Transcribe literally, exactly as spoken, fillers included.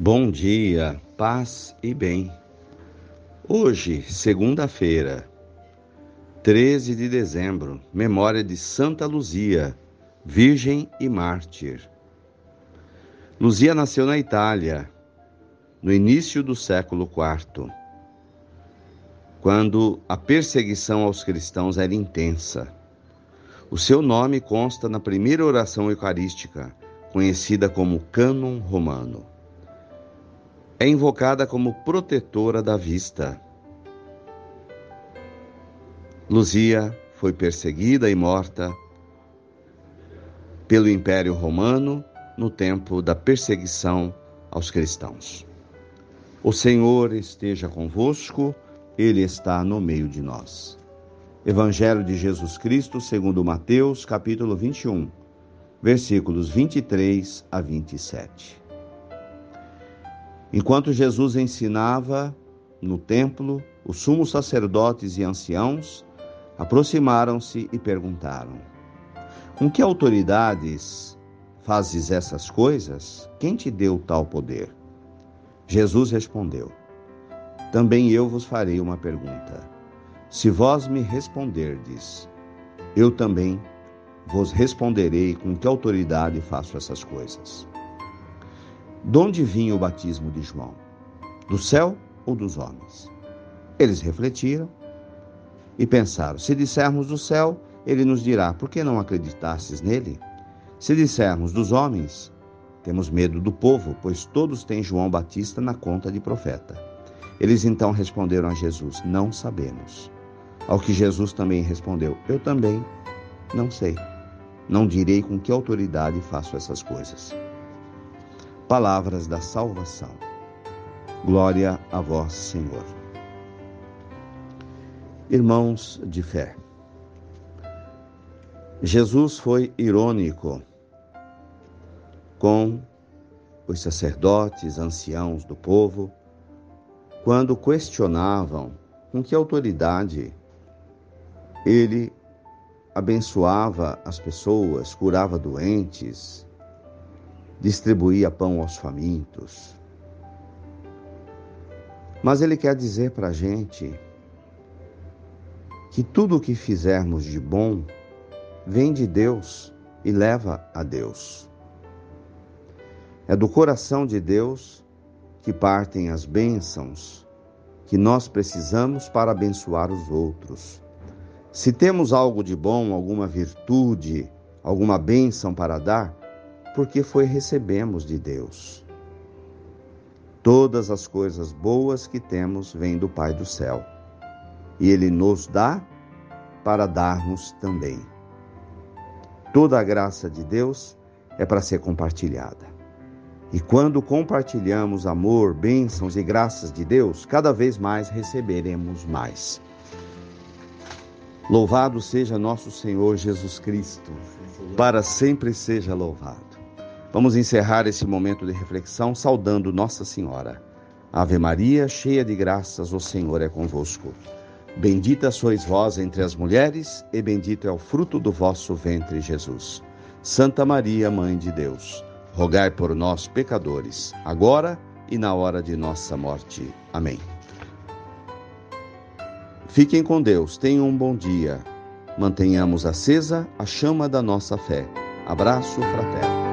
Bom dia, paz e bem. Hoje, segunda-feira, treze de dezembro, memória de Santa Luzia, virgem e mártir. Luzia nasceu na Itália, no início do século quarto, quando a perseguição aos cristãos era intensa. O seu nome consta na primeira oração eucarística, conhecida como Cânon Romano. É invocada como protetora da vista. Luzia foi perseguida e morta pelo Império Romano no tempo da perseguição aos cristãos. O Senhor esteja convosco, Ele está no meio de nós. Evangelho de Jesus Cristo segundo Mateus, capítulo vinte e um, versículos vinte e três a vinte e sete. Enquanto Jesus ensinava no templo, os sumos sacerdotes e anciãos aproximaram-se e perguntaram: com que autoridades fazes essas coisas? Quem te deu tal poder? Jesus respondeu: também eu vos farei uma pergunta. Se vós me responderdes, eu também vos responderei com que autoridade faço essas coisas. De onde vinha o batismo de João? Do céu ou dos homens? Eles refletiram e pensaram: se dissermos do céu, ele nos dirá: por que não acreditastes nele? Se dissermos dos homens, temos medo do povo, pois todos têm João Batista na conta de profeta. Eles então responderam a Jesus: não sabemos. Ao que Jesus também respondeu: eu também não sei. Não direi com que autoridade faço essas coisas. Palavras da salvação. Glória a vós, Senhor. Irmãos de fé, Jesus foi irônico com os sacerdotes, anciãos do povo, quando questionavam com que autoridade ele abençoava as pessoas, curava doentes, distribuía pão aos famintos. Mas ele quer dizer para a gente que tudo o que fizermos de bom vem de Deus e leva a Deus. É do coração de Deus que partem as bênçãos que nós precisamos para abençoar os outros. Se temos algo de bom, alguma virtude, alguma bênção para dar, porque foi recebemos de Deus. Todas as coisas boas que temos vêm do Pai do céu, e Ele nos dá para darmos também. Toda a graça de Deus é para ser compartilhada. E quando compartilhamos amor, bênçãos e graças de Deus, cada vez mais receberemos mais. Louvado seja nosso Senhor Jesus Cristo, para sempre seja louvado. Vamos encerrar esse momento de reflexão saudando Nossa Senhora. Ave Maria, cheia de graças, o Senhor é convosco. Bendita sois vós entre as mulheres, e bendito é o fruto do vosso ventre, Jesus. Santa Maria, Mãe de Deus, rogai por nós, pecadores, agora e na hora de nossa morte. Amém. Fiquem com Deus, tenham um bom dia. Mantenhamos acesa a chama da nossa fé. Abraço fraterno.